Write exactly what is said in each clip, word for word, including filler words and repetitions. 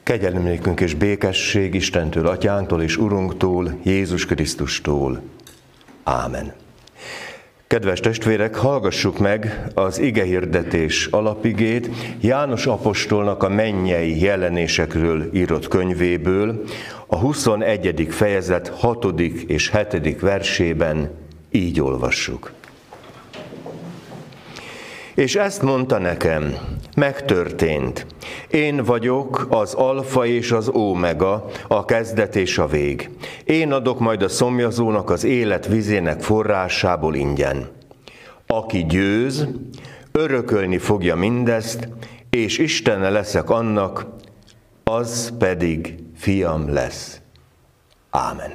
Kegyelem nékünk és békesség Istentől, Atyánktól és Urunktól, Jézus Krisztustól. Ámen. Kedves testvérek, hallgassuk meg az igehirdetés alapigét János apostolnak a mennyei jelenésekről írott könyvéből, a huszonegyedik fejezet hatodik és hetedik versében így olvassuk. És ezt mondta nekem, megtörtént. Én vagyok az alfa és az ómega, a kezdet és a vég. Én adok majd a szomjazónak az élet vizének forrásából ingyen. Aki győz, örökölni fogja mindezt, és Istene leszek annak, az pedig fiam lesz. Ámen.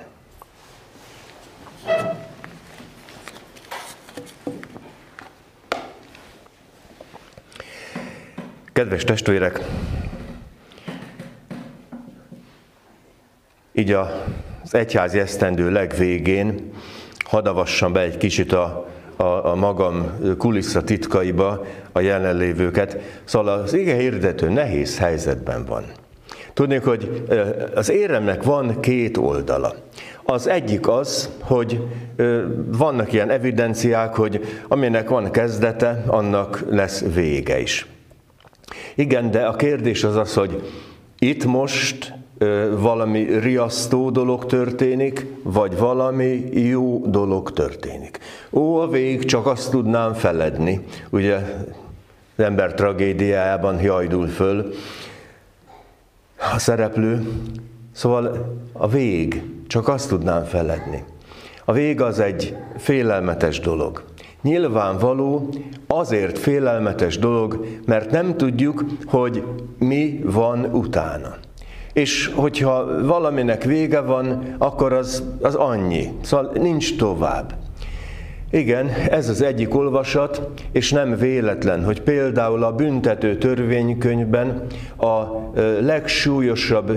Kedves testvérek, így az egyházi esztendő legvégén hadd avassam be egy kicsit a, a, a magam kulisszatitkaiba a jelenlévőket. Szóval az ige hirdető nehéz helyzetben van. Tudnék, hogy az éremnek van két oldala. Az egyik az, hogy vannak ilyen evidenciák, hogy aminek van kezdete, annak lesz vége is. Igen, de a kérdés az az, hogy itt most ö, valami riasztó dolog történik, vagy valami jó dolog történik. Ó, a vég, csak azt tudnám feledni. Ugye az ember tragédiájában jajdul föl a szereplő. Szóval a vég, csak azt tudnám feledni. A vég az egy félelmetes dolog. Nyilvánvaló, azért félelmetes dolog, mert nem tudjuk, hogy mi van utána. És hogyha valaminek vége van, akkor az, az annyi. Szóval nincs tovább. Igen, ez az egyik olvasat, és nem véletlen, hogy például a büntető törvénykönyvben a legsúlyosabb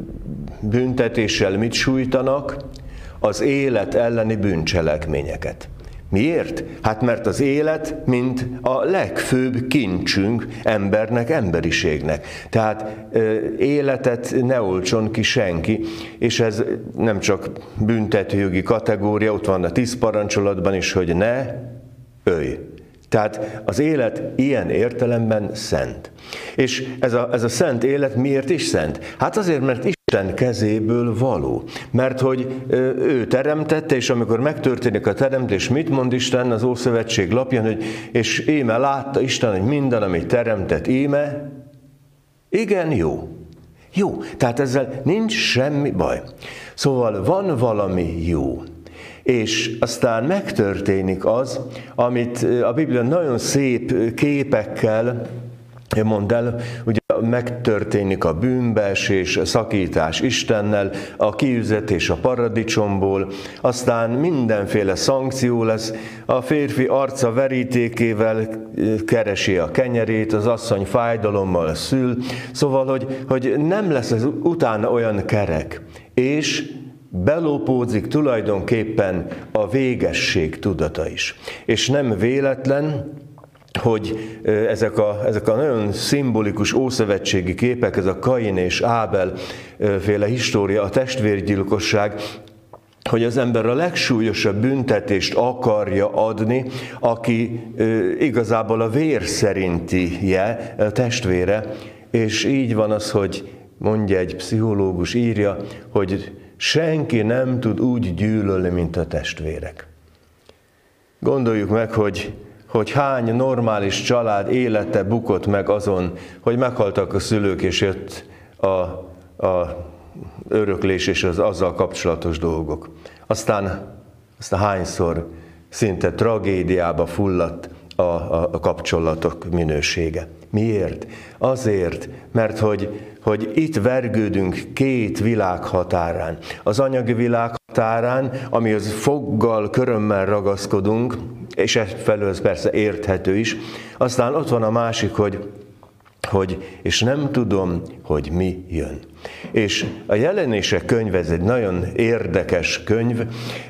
büntetéssel mit sújtanak? Az élet elleni bűncselekményeket. Miért? Hát mert az élet, mint a legfőbb kincsünk embernek, emberiségnek. Tehát életet ne oltson ki senki, és ez nem csak büntetőjogi kategória, ott van a tíz parancsolatban is, hogy ne ölj. Tehát az élet ilyen értelemben szent. És ez a, ez a szent élet miért is szent? Hát azért, mert Isten kezéből való. Mert hogy ő teremtette, és amikor megtörténik a teremtés, mit mond Isten az Ószövetség lapján, hogy és íme látta Isten, hogy minden, amit teremtett, íme, igen, jó. Jó, tehát ezzel nincs semmi baj. Szóval van valami jó. És aztán megtörténik az, amit a Biblia nagyon szép képekkel mond el, ugye megtörténik a bűnbeesés, a szakítás Istennel, a kiüzetés a paradicsomból, aztán mindenféle szankció lesz, a férfi arca verítékével keresi a kenyerét, az asszony fájdalommal szül, szóval, hogy, hogy nem lesz ez utána olyan kerek, és belopódzik tulajdonképpen a végesség tudata is. És nem véletlen, hogy ezek a, ezek a nagyon szimbolikus ószövetségi képek, ez a Kain és Ábel féle história, a testvérgyilkosság, hogy az ember a legsúlyosabb büntetést akarja adni, aki igazából a vér szerintie a testvére, és így van az, hogy mondja egy pszichológus, írja, hogy senki nem tud úgy gyűlölni, mint a testvérek. Gondoljuk meg, hogy, hogy hány normális család élete bukott meg azon, hogy meghaltak a szülők, és jött a, a öröklés és az azzal kapcsolatos dolgok. Aztán, aztán hányszor szinte tragédiába fulladt a, a, a kapcsolatok minősége. Miért? Azért, mert hogy, hogy itt vergődünk két világ határán. Az anyagi világ határán, amihoz foggal, körömmel ragaszkodunk, és egyfelől ez persze érthető is. Aztán ott van a másik, hogy, hogy és nem tudom, hogy mi jön. És a Jelenések könyve, ez egy nagyon érdekes könyv.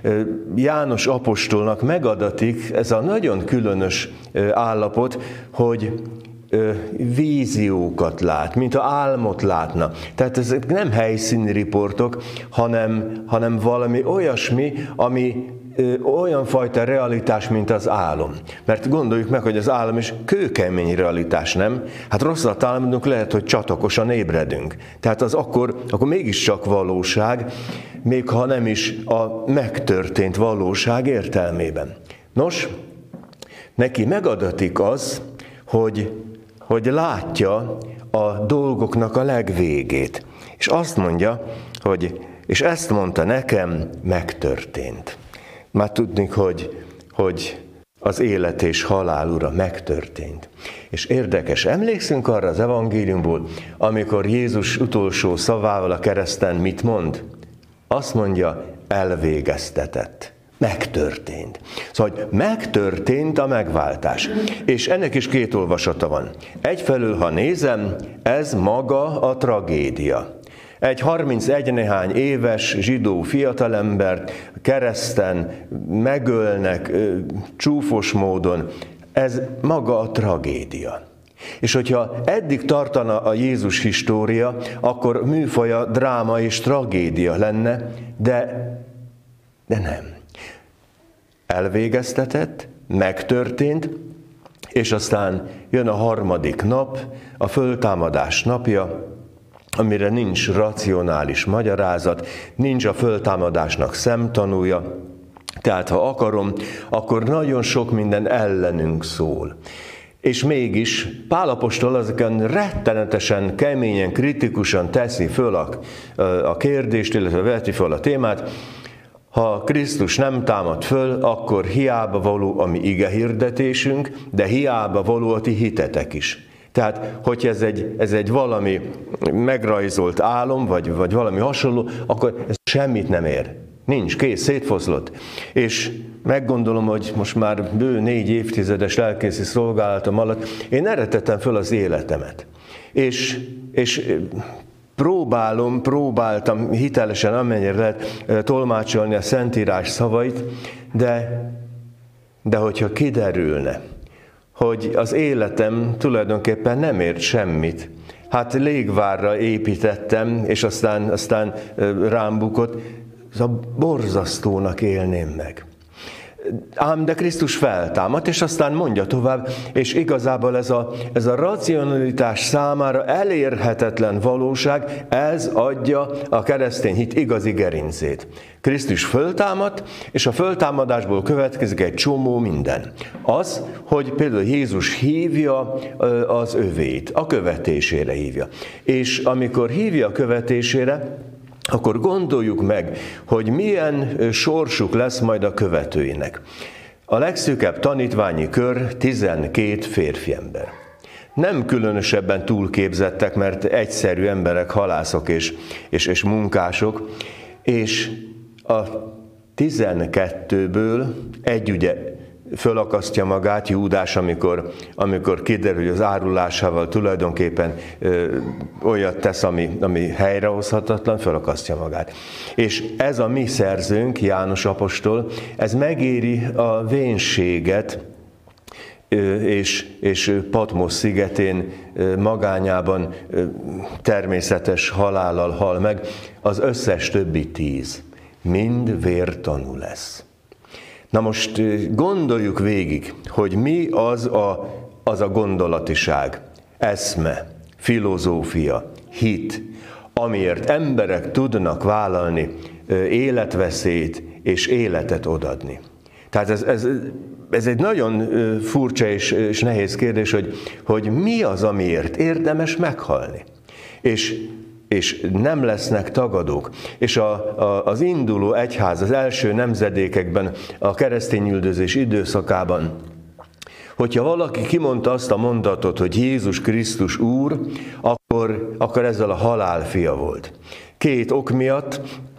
János apostolnak megadatik ez a nagyon különös állapot, hogy ö, víziókat lát, mint a álmot látna. Tehát ezek nem helyszíni riportok, hanem, hanem valami olyasmi, ami ö, olyan fajta realitás, mint az álom. Mert gondoljuk meg, hogy az álom is kőkemény realitás, nem? Hát rosszat álmodunk, lehet, hogy csatokosan ébredünk. Tehát az akkor, akkor mégiscsak valóság, még ha nem is a megtörtént valóság értelmében. Nos, neki megadatik az, hogy, hogy látja a dolgoknak a legvégét. És azt mondja, hogy és ezt mondta nekem, megtörtént. Már tudni, hogy, hogy az élet és halál ura megtörtént. És érdekes, emlékszünk arra az evangéliumból, amikor Jézus utolsó szavával a kereszten mit mond? Azt mondja, elvégeztetett. Megtörtént. Szóval, hogy megtörtént a megváltás. És ennek is két olvasata van. Egyfelől, ha nézem, ez maga a tragédia. Egy harmincegy néhány éves zsidó fiatalembert kereszten megölnek csúfos módon. Ez maga a tragédia. És hogyha eddig tartana a Jézus história, akkor műfaja dráma és tragédia lenne, de, de nem. Elvégeztetett, megtörtént, és aztán jön a harmadik nap, a föltámadás napja, amire nincs racionális magyarázat, nincs a föltámadásnak szemtanúja. Tehát ha akarom, akkor nagyon sok minden ellenünk szól. És mégis Pál apostol azokon rettenetesen, keményen, kritikusan teszi föl a, a kérdést, illetve veti föl a témát. Ha Krisztus nem támad föl, akkor hiába való a mi igehirdetésünk, de hiába való a ti hitetek is. Tehát, hogy ez egy, ez egy valami megrajzolt álom, vagy, vagy valami hasonló, akkor ez semmit nem ér. Nincs, kész, szétfoszlott. És meggondolom, hogy most már bő négy évtizedes lelkészi szolgálatom alatt én erre tettem föl az életemet. És, és próbálom, próbáltam hitelesen, amennyire lehet tolmácsolni a Szentírás szavait, de, de hogyha kiderülne, hogy az életem tulajdonképpen nem ért semmit, hát légvárra építettem, és aztán, aztán rám bukott, szóval borzasztónak élném meg. Ám de Krisztus feltámadt, és aztán mondja tovább, és igazából ez a, ez a racionalitás számára elérhetetlen valóság, ez adja a keresztény hit igazi gerincét. Krisztus föltámadt, és a föltámadásból következik egy csomó minden. Az, hogy például Jézus hívja az övét, a követésére hívja. És amikor hívja a követésére, akkor gondoljuk meg, hogy milyen sorsuk lesz majd a követőinek. A legszűkebb tanítványi kör tizenkét férfi ember. Nem különösebben túlképzettek, mert egyszerű emberek, halászok és, és, és munkások, és a tizenkettőből egy ugye fölakasztja magát, Júdás, amikor, amikor kiderül, hogy az árulásával tulajdonképpen ö, olyat tesz, ami, ami helyrehozhatatlan, fölakasztja magát. És ez a mi szerzőnk, János apostol, ez megéri a vénséget, ö, és, és Patmos szigetén ö, magányában ö, természetes halállal hal meg, az összes többi tíz. Mind vértanú lesz. Na most gondoljuk végig, hogy mi az a, az a gondolatiság, eszme, filozófia, hit, amiért emberek tudnak vállalni életveszélyt és életet odadni. Tehát ez, ez, ez egy nagyon furcsa és, és nehéz kérdés, hogy, hogy mi az, amiért érdemes meghalni. És és nem lesznek tagadók. És a, a, az induló egyház az első nemzedékekben, a keresztényüldözés időszakában, hogyha valaki kimondta azt a mondatot, hogy Jézus Krisztus Úr, akkor, akkor ezzel a halál fia volt. Két ok miatt.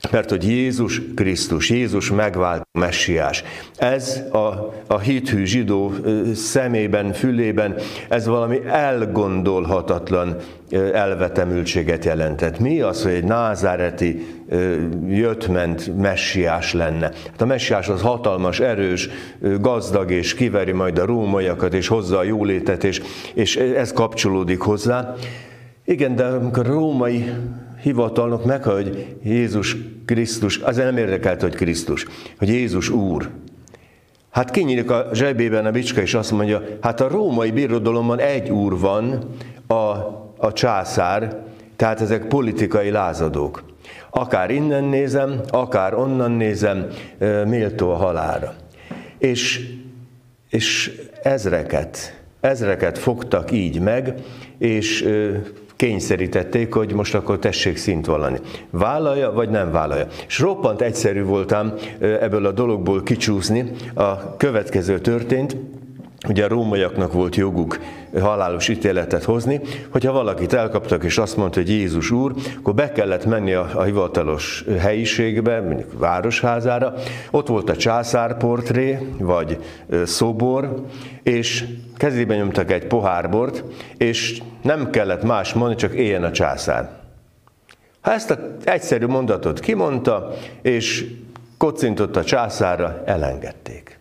Mert hogy Jézus Krisztus, Jézus megváltó messiás. Ez a, a hithű zsidó szemében, fülében, ez valami elgondolhatatlan elvetemültséget jelentett. Mi az, hogy egy názáreti jött-ment messiás lenne? Hát a messiás az hatalmas, erős, gazdag, és kiveri majd a rómaiakat, és hozza a jólétet, és, és ez kapcsolódik hozzá. Igen, de amikor a római hivatalnok meghall, hogy Jézus Krisztus, azért nem érdekelt, hogy Krisztus, hogy Jézus Úr. Hát kinyílik a zsebében a bicska, és azt mondja, hát a római birodalomban egy úr van, a, a császár, tehát ezek politikai lázadók. Akár innen nézem, akár onnan nézem, méltó a halálra. És, és ezreket, ezreket fogtak így meg, és kényszerítették, hogy most akkor tessék szint vallani. Vállalja, vagy nem vállalja. És roppant egyszerű voltam ebből a dologból kicsúszni. A következő történt, ugye a rómaiaknak volt joguk halálos ítéletet hozni, hogyha valakit elkaptak és azt mondta, hogy Jézus Úr, akkor be kellett menni a, a hivatalos helyiségbe, mondjuk városházára, ott volt a császárportré, vagy szobor, és kezében nyomtak egy pohárbort, és nem kellett más mondani, csak éljen a császár. Ha ezt az egyszerű mondatot kimondta, és kocintott a császárra, elengedték.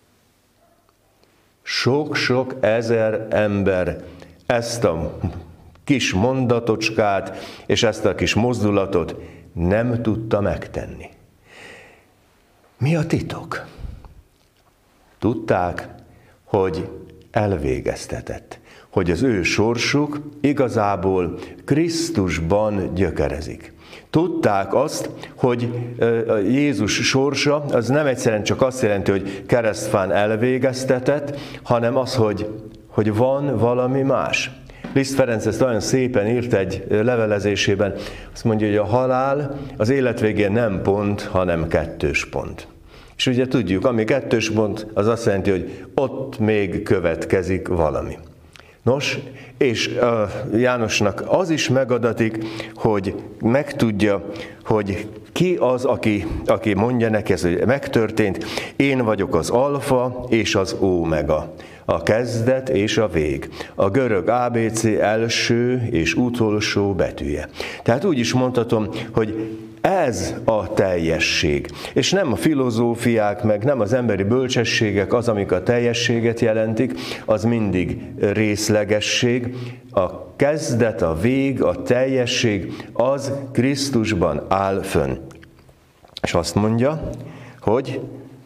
Sok-sok ezer ember ezt a kis mondatocskát és ezt a kis mozdulatot nem tudta megtenni. Mi a titok? Tudták, hogy elvégeztetett, hogy az ő sorsuk igazából Krisztusban gyökerezik. Tudták azt, hogy Jézus sorsa az nem egyszerűen csak azt jelenti, hogy keresztfán elvégeztetett, hanem az, hogy, hogy van valami más. Liszt Ferenc ezt olyan szépen írt egy levelezésében, azt mondja, hogy a halál az élet végén nem pont, hanem kettős pont. És ugye tudjuk, ami kettős pont, az azt jelenti, hogy ott még következik valami. Nos, és Jánosnak az is megadatik, hogy megtudja, hogy ki az, aki, aki mondja neki ezt, hogy megtörtént. Én vagyok az alfa és az ómega, a kezdet és a vég, a görög á bé cé első és utolsó betűje. Tehát úgy is mondhatom, hogy ez a teljesség. És nem a filozófiák, meg nem az emberi bölcsességek az, amik a teljességet jelentik, az mindig részlegesség. A kezdet, a vég, a teljesség, az Krisztusban áll fönn. És azt mondja, hogy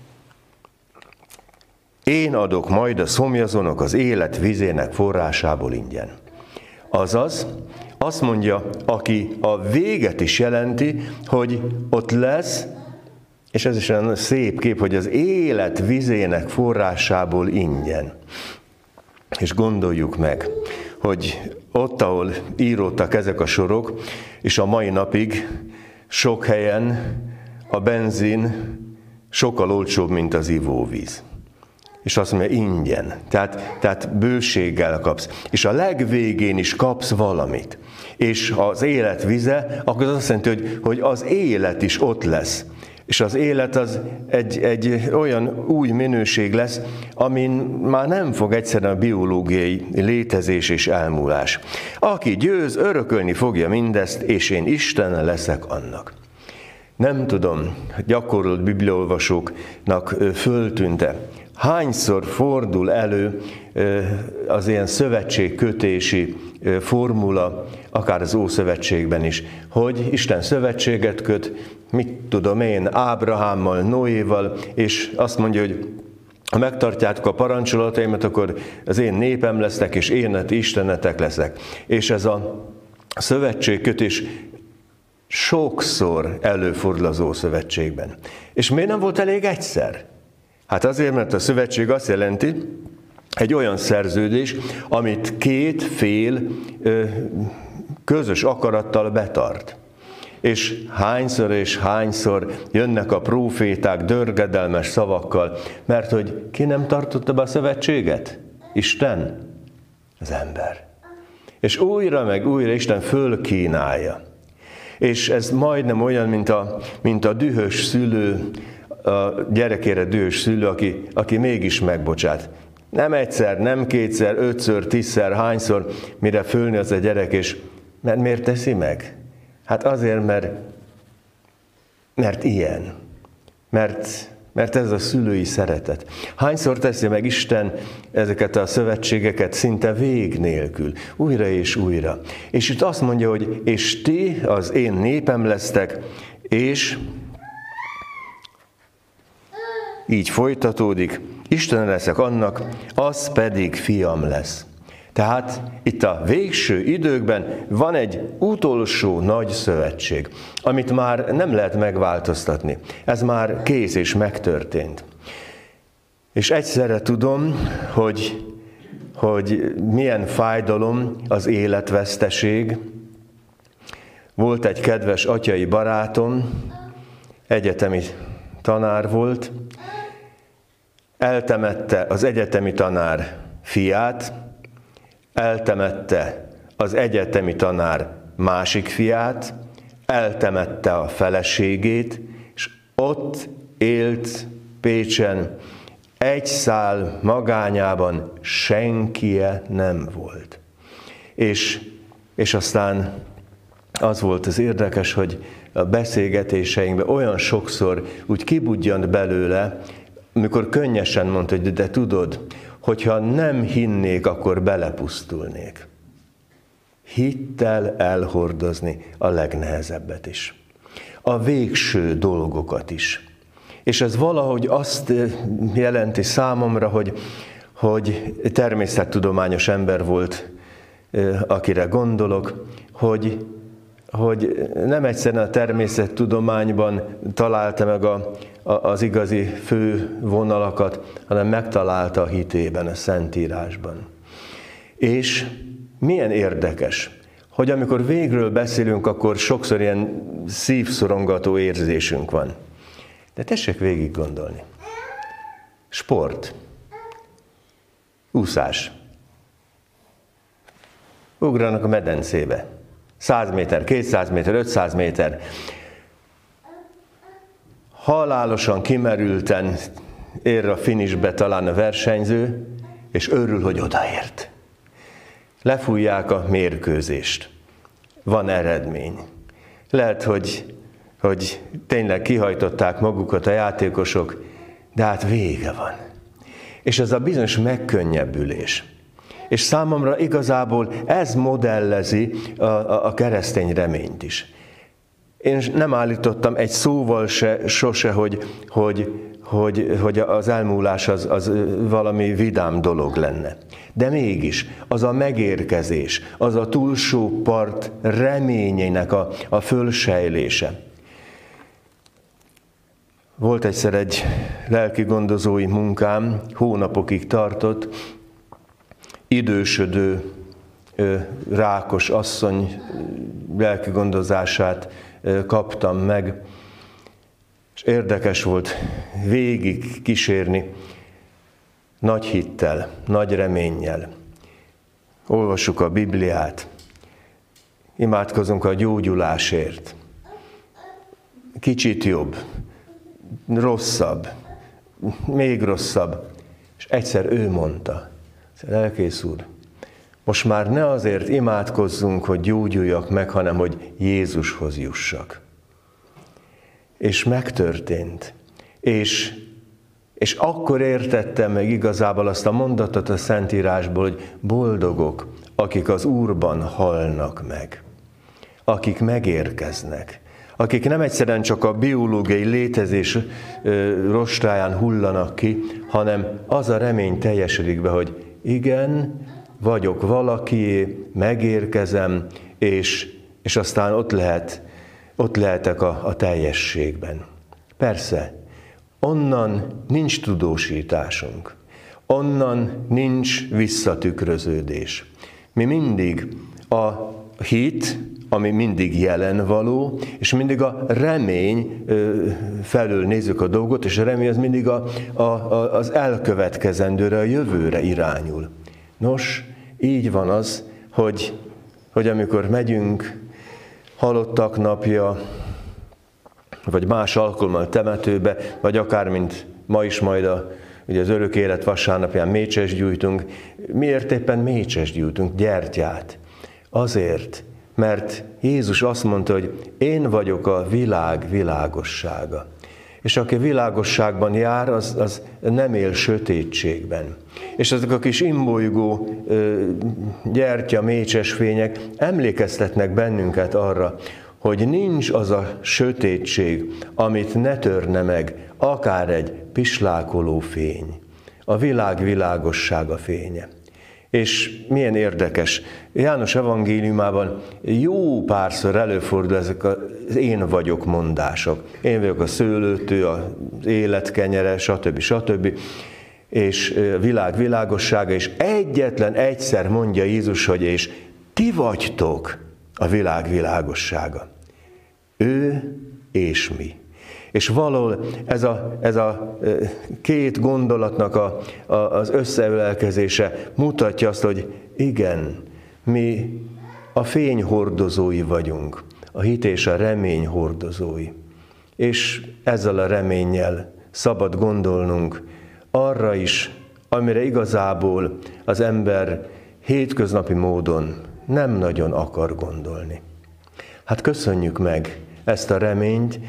én adok majd a szomjazónak az élet vizének forrásából ingyen. Azaz, azt mondja, aki a véget is jelenti, hogy ott lesz, és ez is olyan szép kép, hogy az élet vizének forrásából ingyen. És gondoljuk meg, hogy ott, ahol íródtak ezek a sorok, és a mai napig sok helyen a benzin sokkal olcsóbb, mint az ivóvíz. És azt mondja, ingyen. Tehát, tehát bőséggel kapsz. És a legvégén is kapsz valamit. És az élet vize, akkor az azt jelenti, hogy, hogy az élet is ott lesz. És az élet az egy, egy olyan új minőség lesz, amin már nem fog egyszerűen a biológiai létezés és elmúlás. Aki győz, örökölni fogja mindezt, és én Isten leszek annak. Nem tudom, gyakorolt bibliaolvasóknak föltűnt-e, hányszor fordul elő az ilyen szövetségkötési formula, akár az Ószövetségben is, hogy Isten szövetséget köt, mit tudom én, Ábrahámmal, Noéval, és azt mondja, hogy ha megtartjátok a parancsolataimat, akkor az én népem lesznek, és én Istenetek leszek. És ez a szövetségkötés sokszor előfordul az Ószövetségben. És miért nem volt elég egyszer? Hát azért, mert a szövetség azt jelenti, egy olyan szerződés, amit két fél ö, közös akarattal betart. És hányszor és hányszor jönnek a próféták dörgedelmes szavakkal, mert hogy ki nem tartotta be a szövetséget? Isten? Az ember. És újra meg újra Isten fölkínálja. És ez majdnem olyan, mint a, mint a dühös szülő, a gyerekére dühös szülő, aki, aki mégis megbocsát. Nem egyszer, nem kétszer, ötször, tízszer, hányszor, mire fölni az a gyerek, és mert miért teszi meg? Hát azért, mert, mert ilyen. Mert, mert ez a szülői szeretet. Hányszor teszi meg Isten ezeket a szövetségeket szinte vég nélkül, újra és újra. És itt azt mondja, hogy és ti az én népem lesztek, és így folytatódik, Isten leszek annak, az pedig fiam lesz. Tehát itt a végső időkben van egy utolsó nagy szövetség, amit már nem lehet megváltoztatni. Ez már kész és megtörtént. És egyszerre tudom, hogy, hogy milyen fájdalom az életveszteség. Volt egy kedves atyai barátom, egyetemi tanár volt, eltemette az egyetemi tanár fiát, eltemette az egyetemi tanár másik fiát, eltemette a feleségét, és ott élt Pécsen, egy szál magányában senkie nem volt. És, és aztán az volt az érdekes, hogy a beszélgetéseinkben olyan sokszor úgy kibudjant belőle, amikor könnyesen mondta, hogy de tudod, hogyha nem hinnék, akkor belepusztulnék. Hittel elhordozni a legnehezebbet is. A végső dolgokat is. És ez valahogy azt jelenti számomra, hogy, hogy természettudományos ember volt, akire gondolok, hogy, hogy nem egyszerűen a természettudományban találta meg a, a, az igazi fő vonalakat, hanem megtalálta a hitében, a Szentírásban. És milyen érdekes, hogy amikor végről beszélünk, akkor sokszor ilyen szívszorongató érzésünk van. De tessék végig gondolni. Sport. Úszás. Ugranak a medencébe. száz méter, kétszáz méter, ötszáz méter. Halálosan kimerülten ér a finishbe talán a versenyző, és örül, hogy odaért. Lefújják a mérkőzést. Van eredmény. Lehet, hogy, hogy tényleg kihajtották magukat a játékosok, de hát vége van. És ez a bizonyos megkönnyebbülés. És számomra igazából ez modellezi a, a, a keresztény reményt is. Én nem állítottam egy szóval se, sose, hogy, hogy, hogy, hogy az elmúlás az, az valami vidám dolog lenne. De mégis az a megérkezés, az a túlsó part reményének a, a fölsejlése. Volt egyszer egy lelki gondozói munkám, hónapokig tartott, idősödő, rákos asszony lelki gondozását kaptam meg, és érdekes volt végig kísérni, nagy hittel, nagy reménnyel. Olvassuk a Bibliát, imádkozunk a gyógyulásért. Kicsit jobb, rosszabb, még rosszabb, és egyszer ő mondta, lelkész úr, most már ne azért imádkozzunk, hogy gyógyuljak meg, hanem hogy Jézushoz jussak. És megtörtént. És, és akkor értettem meg igazából azt a mondatot a Szentírásból, hogy boldogok, akik az Úrban halnak meg. Akik megérkeznek. Akik nem egyszerűen csak a biológiai létezés rostáján hullanak ki, hanem az a remény teljesedik be, hogy igen, vagyok valakié, megérkezem, és, és aztán ott, lehet, ott lehetek a, a teljességben. Persze, onnan nincs tudósításunk, onnan nincs visszatükröződés. Mi mindig a hit, ami mindig jelenvaló, és mindig a remény felől nézzük a dolgot, és a remény az mindig a, a, a, az elkövetkezendőre, a jövőre irányul. Nos, így van az, hogy, hogy amikor megyünk halottak napja, vagy más alkalommal temetőbe, vagy akár, mint ma is majd a, ugye az örök élet vasárnapján mécsest gyújtunk. Miért éppen mécsest gyújtunk? Gyertyát. Azért, mert Jézus azt mondta, hogy én vagyok a világ világossága. És aki világosságban jár, az, az nem él sötétségben. És ezek a kis imbolygó gyertya, mécses fények emlékeztetnek bennünket arra, hogy nincs az a sötétség, amit ne törne meg, akár egy pislákoló fény. A világ világossága fénye. És milyen érdekes, János evangéliumában jó párszor előfordul ezek az én vagyok mondások. Én vagyok a szőlőtő, az élet kenyere, stb. stb. És világ világossága, és egyetlen egyszer mondja Jézus, hogy és ti vagytok a világ világossága. Ő és mi. És valahol ez a, ez a két gondolatnak a, a, az összeölelkezése mutatja azt, hogy igen, mi a fény hordozói vagyunk, a hit és a remény hordozói. És ezzel a reménnyel szabad gondolnunk arra is, amire igazából az ember hétköznapi módon nem nagyon akar gondolni. Hát köszönjük meg ezt a reményt,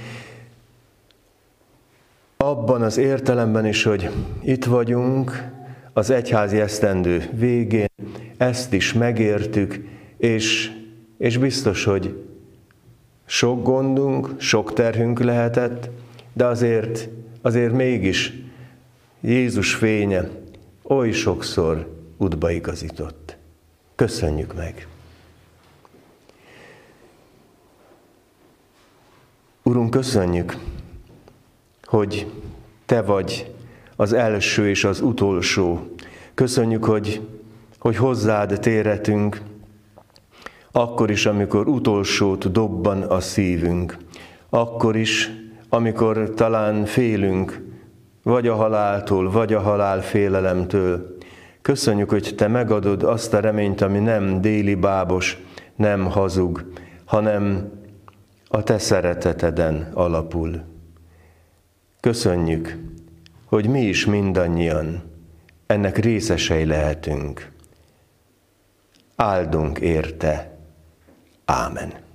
abban az értelemben is, hogy itt vagyunk az egyházi esztendő végén, ezt is megértük, és, és biztos, hogy sok gondunk, sok terhünk lehetett, de azért, azért mégis Jézus fénye oly sokszor útba igazított. Köszönjük meg! Urunk, köszönjük, hogy Te vagy az első és az utolsó. Köszönjük, hogy, hogy hozzád térhetünk, akkor is, amikor utolsót dobban a szívünk. Akkor is, amikor talán félünk, vagy a haláltól, vagy a halál félelemtől. Köszönjük, hogy Te megadod azt a reményt, ami nem déli bábos, nem hazug, hanem a Te szereteteden alapul. Köszönjük, hogy mi is mindannyian ennek részesei lehetünk. Áldunk érte. Ámen.